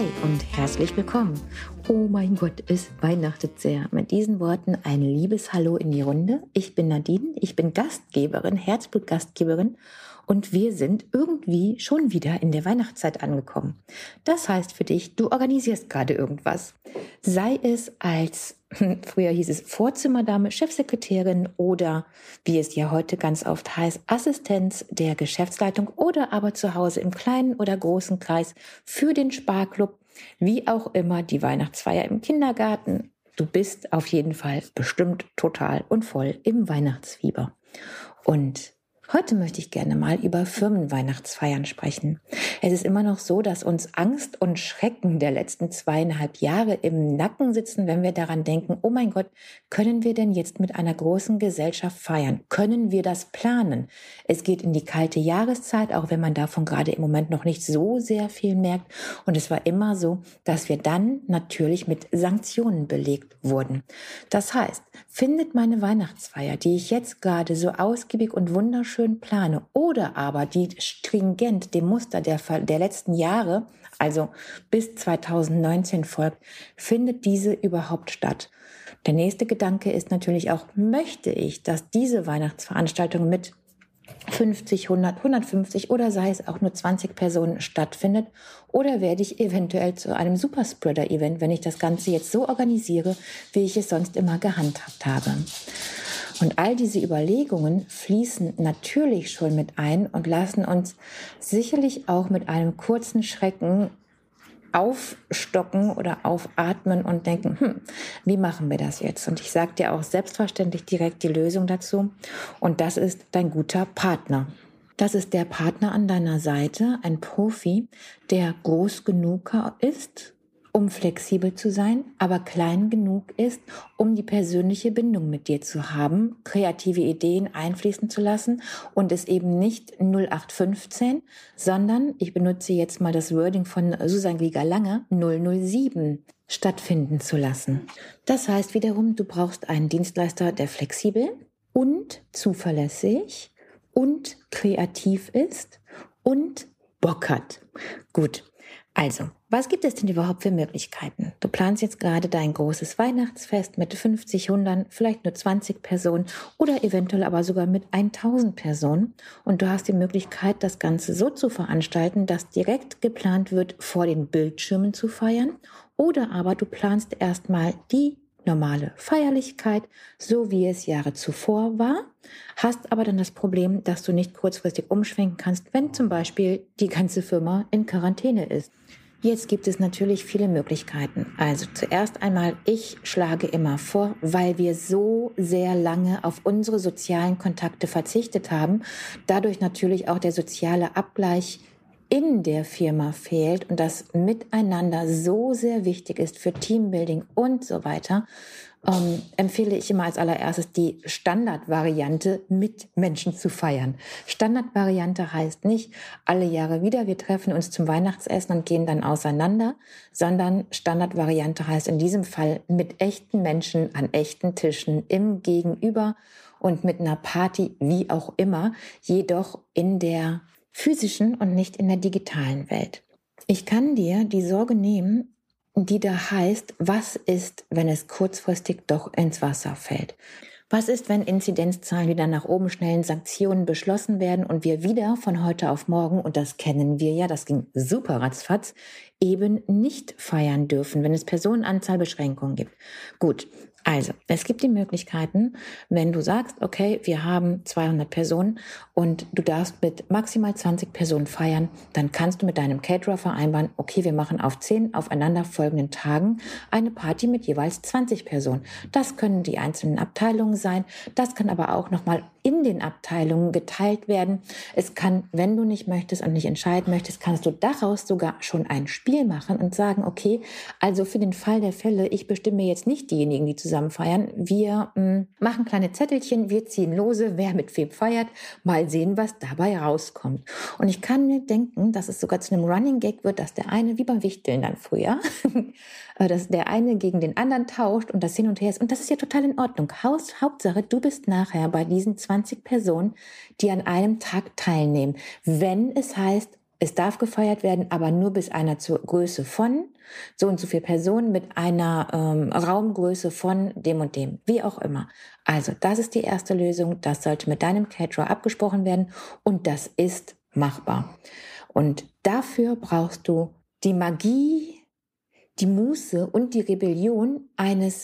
Hi und herzlich willkommen. Oh mein Gott, es weihnachtet sehr. Mit diesen Worten ein liebes Hallo in die Runde. Ich bin Nadine, ich bin Gastgeberin, Herzblut-Gastgeberin und wir sind irgendwie schon wieder in der Weihnachtszeit angekommen. Das heißt für dich, du organisierst gerade irgendwas. Sei es als, früher hieß es Vorzimmerdame, Chefsekretärin oder, wie es ja heute ganz oft heißt, Assistenz der Geschäftsleitung oder aber zu Hause im kleinen oder großen Kreis für den Sparklub, wie auch immer die Weihnachtsfeier im Kindergarten. Du bist auf jeden Fall bestimmt total und voll im Weihnachtsfieber. Und heute möchte ich gerne mal über Firmenweihnachtsfeiern sprechen. Es ist immer noch so, dass uns Angst und Schrecken der letzten 2,5 Jahre im Nacken sitzen, wenn wir daran denken, oh mein Gott, können wir denn jetzt mit einer großen Gesellschaft feiern? Können wir das planen? Es geht in die kalte Jahreszeit, auch wenn man davon gerade im Moment noch nicht so sehr viel merkt. Und es war immer so, dass wir dann natürlich mit Sanktionen belegt wurden. Das heißt, findet meine Weihnachtsfeier, die ich jetzt gerade so ausgiebig und wunderschön plane oder aber die stringent dem Muster der letzten Jahre, also bis 2019 folgt, findet diese überhaupt statt? Der nächste Gedanke ist natürlich auch, möchte ich, dass diese Weihnachtsveranstaltung mit 50, 100, 150 oder sei es auch nur 20 Personen stattfindet? Oder werde ich eventuell zu einem Superspreader-Event, wenn ich das Ganze jetzt so organisiere, wie ich es sonst immer gehandhabt habe? Und all diese Überlegungen fließen natürlich schon mit ein und lassen uns sicherlich auch mit einem kurzen Schrecken aufstocken oder aufatmen und denken, wie machen wir das jetzt? Und ich sage dir auch selbstverständlich direkt die Lösung dazu. Und das ist dein guter Partner. Das ist der Partner an deiner Seite, ein Profi, der groß genug ist, um flexibel zu sein, aber klein genug ist, um die persönliche Bindung mit dir zu haben, kreative Ideen einfließen zu lassen und es eben nicht 0815, sondern, ich benutze jetzt mal das Wording von Susan Grieger-Lange, 007 stattfinden zu lassen. Das heißt wiederum, du brauchst einen Dienstleister, der flexibel und zuverlässig und kreativ ist und Bock hat. Gut. Also, was gibt es denn überhaupt für Möglichkeiten? Du planst jetzt gerade dein großes Weihnachtsfest mit 50, 100, vielleicht nur 20 Personen oder eventuell aber sogar mit 1000 Personen und du hast die Möglichkeit, das Ganze so zu veranstalten, dass direkt geplant wird, vor den Bildschirmen zu feiern oder aber du planst erstmal die normale Feierlichkeit, so wie es Jahre zuvor war, hast aber dann das Problem, dass du nicht kurzfristig umschwenken kannst, wenn zum Beispiel die ganze Firma in Quarantäne ist. Jetzt gibt es natürlich viele Möglichkeiten. Also zuerst einmal, ich schlage immer vor, weil wir so sehr lange auf unsere sozialen Kontakte verzichtet haben, dadurch natürlich auch der soziale Abgleich in der Firma fehlt und das Miteinander so sehr wichtig ist für Teambuilding und so weiter, empfehle ich immer als allererstes die Standardvariante, mit Menschen zu feiern. Standardvariante heißt nicht alle Jahre wieder, wir treffen uns zum Weihnachtsessen und gehen dann auseinander, sondern Standardvariante heißt in diesem Fall mit echten Menschen an echten Tischen im Gegenüber und mit einer Party, wie auch immer, jedoch in der physischen und nicht in der digitalen Welt. Ich kann dir die Sorge nehmen, die da heißt, was ist, wenn es kurzfristig doch ins Wasser fällt? Was ist, wenn Inzidenzzahlen wieder nach oben schnellen, Sanktionen beschlossen werden und wir wieder von heute auf morgen, und das kennen wir ja, das ging super ratzfatz, eben nicht feiern dürfen, wenn es Personenanzahlbeschränkungen gibt? Gut. Also, es gibt die Möglichkeiten, wenn du sagst, okay, wir haben 200 Personen und du darfst mit maximal 20 Personen feiern, dann kannst du mit deinem Caterer vereinbaren, okay, wir machen auf 10 aufeinanderfolgenden Tagen eine Party mit jeweils 20 Personen. Das können die einzelnen Abteilungen sein, das kann aber auch nochmal in den Abteilungen geteilt werden. Es kann, wenn du nicht möchtest und nicht entscheiden möchtest, kannst du daraus sogar schon ein Spiel machen und sagen, okay, also für den Fall der Fälle, ich bestimme jetzt nicht diejenigen, die zusammen feiern. Wir machen kleine Zettelchen, wir ziehen lose, wer mit wem feiert, mal sehen, was dabei rauskommt. Und ich kann mir denken, dass es sogar zu einem Running Gag wird, dass der eine, wie beim Wichteln dann früher, dass der eine gegen den anderen tauscht und das hin und her ist. Und das ist ja total in Ordnung. Hauptsache, du bist nachher bei diesen 20 Personen, die an einem Tag teilnehmen. Wenn es heißt, es darf gefeiert werden, aber nur bis einer zur Größe von so und so viel Personen mit einer Raumgröße von dem und dem, wie auch immer. Also das ist die erste Lösung, das sollte mit deinem Caterer abgesprochen werden und das ist machbar. Und dafür brauchst du die Magie, die Muße und die Rebellion eines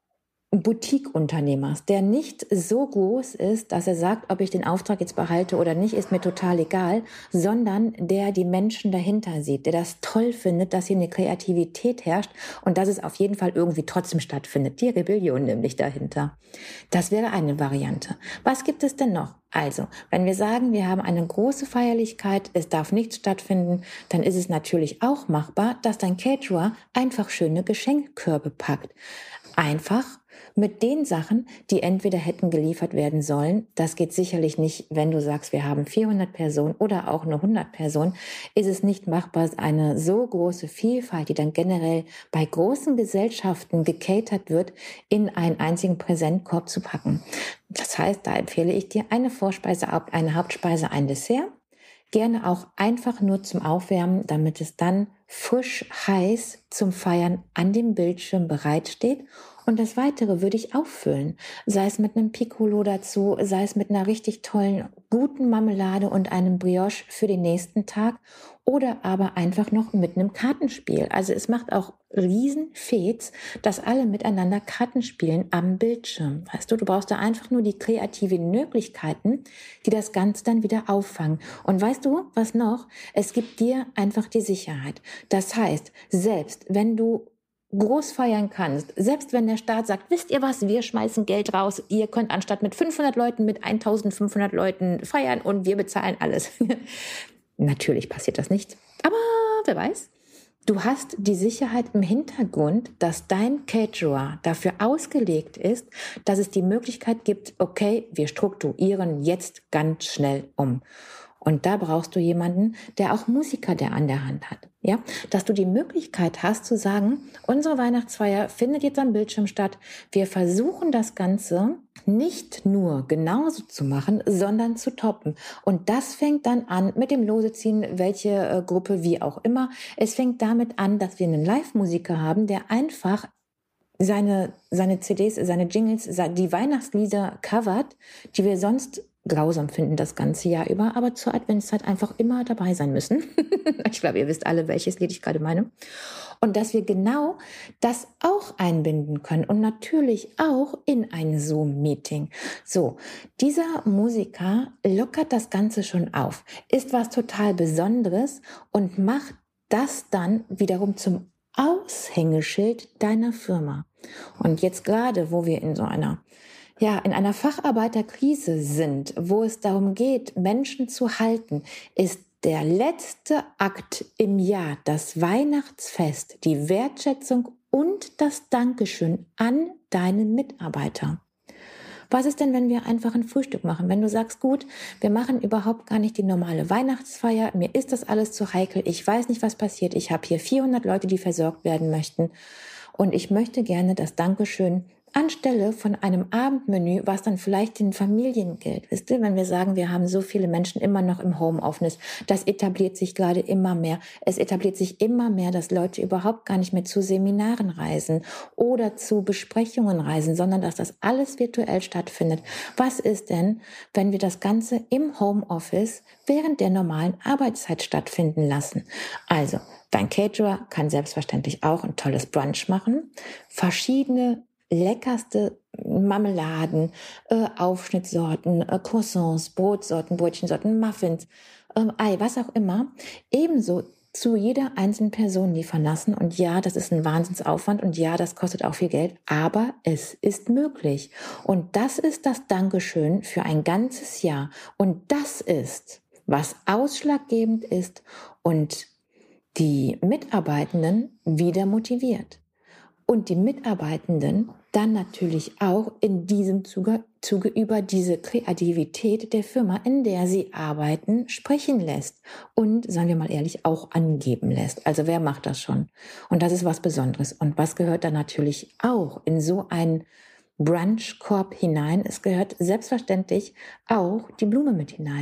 Boutique-Unternehmers, der nicht so groß ist, dass er sagt, ob ich den Auftrag jetzt behalte oder nicht, ist mir total egal, sondern der die Menschen dahinter sieht, der das toll findet, dass hier eine Kreativität herrscht und dass es auf jeden Fall irgendwie trotzdem stattfindet. Die Rebellion nämlich dahinter. Das wäre eine Variante. Was gibt es denn noch? Also, wenn wir sagen, wir haben eine große Feierlichkeit, es darf nichts stattfinden, dann ist es natürlich auch machbar, dass dein Caterer einfach schöne Geschenkkörbe packt. Einfach mit den Sachen, die entweder hätten geliefert werden sollen. Das geht sicherlich nicht, wenn du sagst, wir haben 400 Personen oder auch nur 100 Personen, ist es nicht machbar, eine so große Vielfalt, die dann generell bei großen Gesellschaften gecatert wird, in einen einzigen Präsentkorb zu packen. Das heißt, da empfehle ich dir eine Vorspeise, eine Hauptspeise, ein Dessert. Gerne auch einfach nur zum Aufwärmen, damit es dann frisch heiß zum Feiern an dem Bildschirm bereitsteht. Und das Weitere würde ich auffüllen, sei es mit einem Piccolo dazu, sei es mit einer richtig tollen, guten Marmelade und einem Brioche für den nächsten Tag oder aber einfach noch mit einem Kartenspiel. Also es macht auch Riesenfets, dass alle miteinander Karten spielen am Bildschirm. Weißt du, du brauchst da einfach nur die kreativen Möglichkeiten, die das Ganze dann wieder auffangen. Und weißt du, was noch? Es gibt dir einfach die Sicherheit. Das heißt, selbst wenn du groß feiern kannst, selbst wenn der Staat sagt, wisst ihr was, wir schmeißen Geld raus, ihr könnt anstatt mit 500 Leuten mit 1500 Leuten feiern und wir bezahlen alles. Natürlich passiert das nicht, aber wer weiß. Du hast die Sicherheit im Hintergrund, dass dein Caterer dafür ausgelegt ist, dass es die Möglichkeit gibt, okay, wir strukturieren jetzt ganz schnell um. Und da brauchst du jemanden, der auch Musiker, der an der Hand hat. Ja, dass du die Möglichkeit hast zu sagen, unsere Weihnachtsfeier findet jetzt am Bildschirm statt. Wir versuchen das Ganze nicht nur genauso zu machen, sondern zu toppen. Und das fängt dann an mit dem Loseziehen, welche Gruppe, wie auch immer. Es fängt damit an, dass wir einen Live-Musiker haben, der einfach seine CDs, seine Jingles, die Weihnachtslieder covert, die wir sonst grausam finden das ganze Jahr über, aber zur Adventszeit einfach immer dabei sein müssen. Ich glaube, ihr wisst alle, welches Lied ich gerade meine. Und dass wir genau das auch einbinden können und natürlich auch in ein Zoom-Meeting. So, dieser Musiker lockert das Ganze schon auf, ist was total Besonderes und macht das dann wiederum zum Aushängeschild deiner Firma. Und jetzt gerade, wo wir in einer Facharbeiterkrise sind, wo es darum geht, Menschen zu halten, ist der letzte Akt im Jahr das Weihnachtsfest, die Wertschätzung und das Dankeschön an deine Mitarbeiter. Was ist denn, wenn wir einfach ein Frühstück machen? Wenn du sagst, gut, wir machen überhaupt gar nicht die normale Weihnachtsfeier, mir ist das alles zu heikel, ich weiß nicht, was passiert, ich habe hier 400 Leute, die versorgt werden möchten und ich möchte gerne das Dankeschön anstelle von einem Abendmenü, was dann vielleicht den Familien gilt. Wisst ihr, wenn wir sagen, wir haben so viele Menschen immer noch im Homeoffice, das etabliert sich gerade immer mehr. Es etabliert sich immer mehr, dass Leute überhaupt gar nicht mehr zu Seminaren reisen oder zu Besprechungen reisen, sondern dass das alles virtuell stattfindet. Was ist denn, wenn wir das Ganze im Homeoffice während der normalen Arbeitszeit stattfinden lassen? Also, dein Caterer kann selbstverständlich auch ein tolles Brunch machen, verschiedene leckerste Marmeladen, Aufschnittsorten, Croissants, Brotsorten, Brötchensorten, Muffins, Ei, was auch immer, ebenso zu jeder einzelnen Person liefern lassen. Und ja, das ist ein Wahnsinnsaufwand und ja, das kostet auch viel Geld, aber es ist möglich. Und das ist das Dankeschön für ein ganzes Jahr. Und das ist, was ausschlaggebend ist und die Mitarbeitenden wieder motiviert. Und die Mitarbeitenden dann natürlich auch in diesem Zuge über diese Kreativität der Firma, in der sie arbeiten, sprechen lässt und, sagen wir mal ehrlich, auch angeben lässt. Also wer macht das schon? Und das ist was Besonderes. Und was gehört dann natürlich auch in so einen Brunchkorb hinein? Es gehört selbstverständlich auch die Blume mit hinein.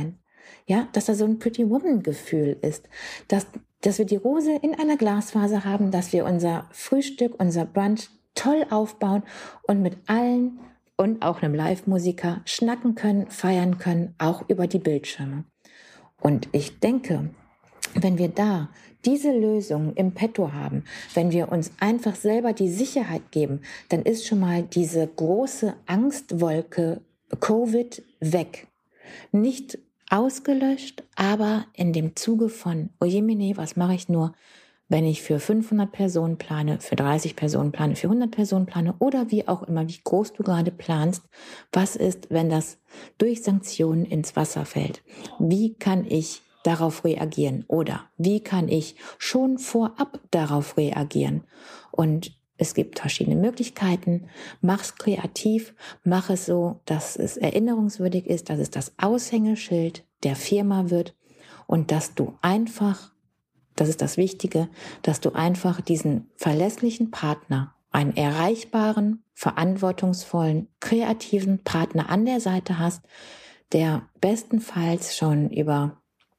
Ja, dass da so ein Pretty Woman-Gefühl ist, dass wir die Rose in einer Glasvase haben, dass wir unser Frühstück, unser Brunch toll aufbauen und mit allen und auch einem Live-Musiker schnacken können, feiern können, auch über die Bildschirme. Und ich denke, wenn wir da diese Lösung im Petto haben, wenn wir uns einfach selber die Sicherheit geben, dann ist schon mal diese große Angstwolke Covid weg. Nicht ausgelöscht, aber in dem Zuge von, ojemine, was mache ich nur, wenn ich für 500 Personen plane, für 30 Personen plane, für 100 Personen plane oder wie auch immer, wie groß du gerade planst. Was ist, wenn das durch Sanktionen ins Wasser fällt? Wie kann ich darauf reagieren? Oder wie kann ich schon vorab darauf reagieren? Und es gibt verschiedene Möglichkeiten. Mach's kreativ, mach es so, dass es erinnerungswürdig ist, dass es das Aushängeschild der Firma wird und dass du einfach, das ist das Wichtige, dass du einfach diesen verlässlichen Partner, einen erreichbaren, verantwortungsvollen, kreativen Partner an der Seite hast, der bestenfalls schon über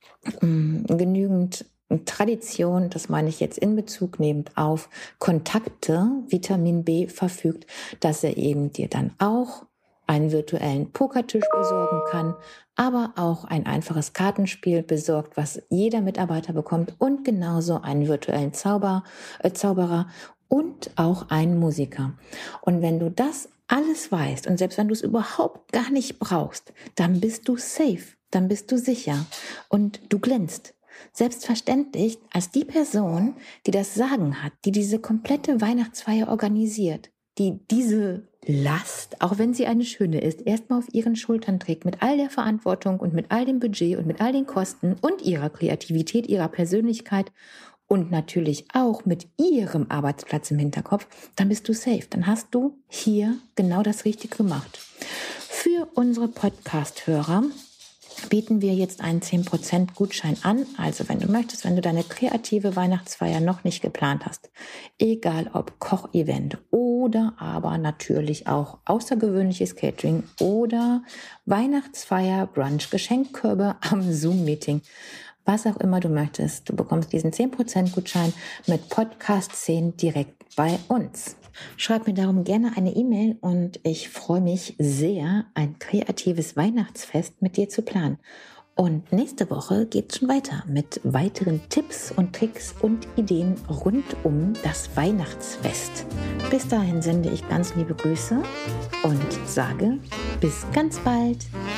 genügend Tradition, das meine ich jetzt in Bezug nehmend auf Kontakte, Vitamin B verfügt, dass er eben dir dann auch einen virtuellen Pokertisch besorgen kann, aber auch ein einfaches Kartenspiel besorgt, was jeder Mitarbeiter bekommt und genauso einen virtuellen Zauberer und auch einen Musiker. Und wenn du das alles weißt und selbst wenn du es überhaupt gar nicht brauchst, dann bist du safe, dann bist du sicher und du glänzt. Selbstverständlich als die Person, die das Sagen hat, die diese komplette Weihnachtsfeier organisiert, die diese Last, auch wenn sie eine schöne ist, erstmal auf ihren Schultern trägt, mit all der Verantwortung und mit all dem Budget und mit all den Kosten und ihrer Kreativität, ihrer Persönlichkeit und natürlich auch mit ihrem Arbeitsplatz im Hinterkopf, dann bist du safe. Dann hast du hier genau das Richtige gemacht. Für unsere Podcast-Hörer bieten wir jetzt einen 10% Gutschein an. Also wenn du möchtest, wenn du deine kreative Weihnachtsfeier noch nicht geplant hast, egal ob Kochevent oder aber natürlich auch außergewöhnliches Catering oder Weihnachtsfeier, Brunch, Geschenkkörbe am Zoom-Meeting, was auch immer du möchtest, du bekommst diesen 10% Gutschein mit Podcast 10 direkt bei uns. Schreib mir darum gerne eine E-Mail und ich freue mich sehr, ein kreatives Weihnachtsfest mit dir zu planen. Und nächste Woche geht's schon weiter mit weiteren Tipps und Tricks und Ideen rund um das Weihnachtsfest. Bis dahin sende ich ganz liebe Grüße und sage bis ganz bald.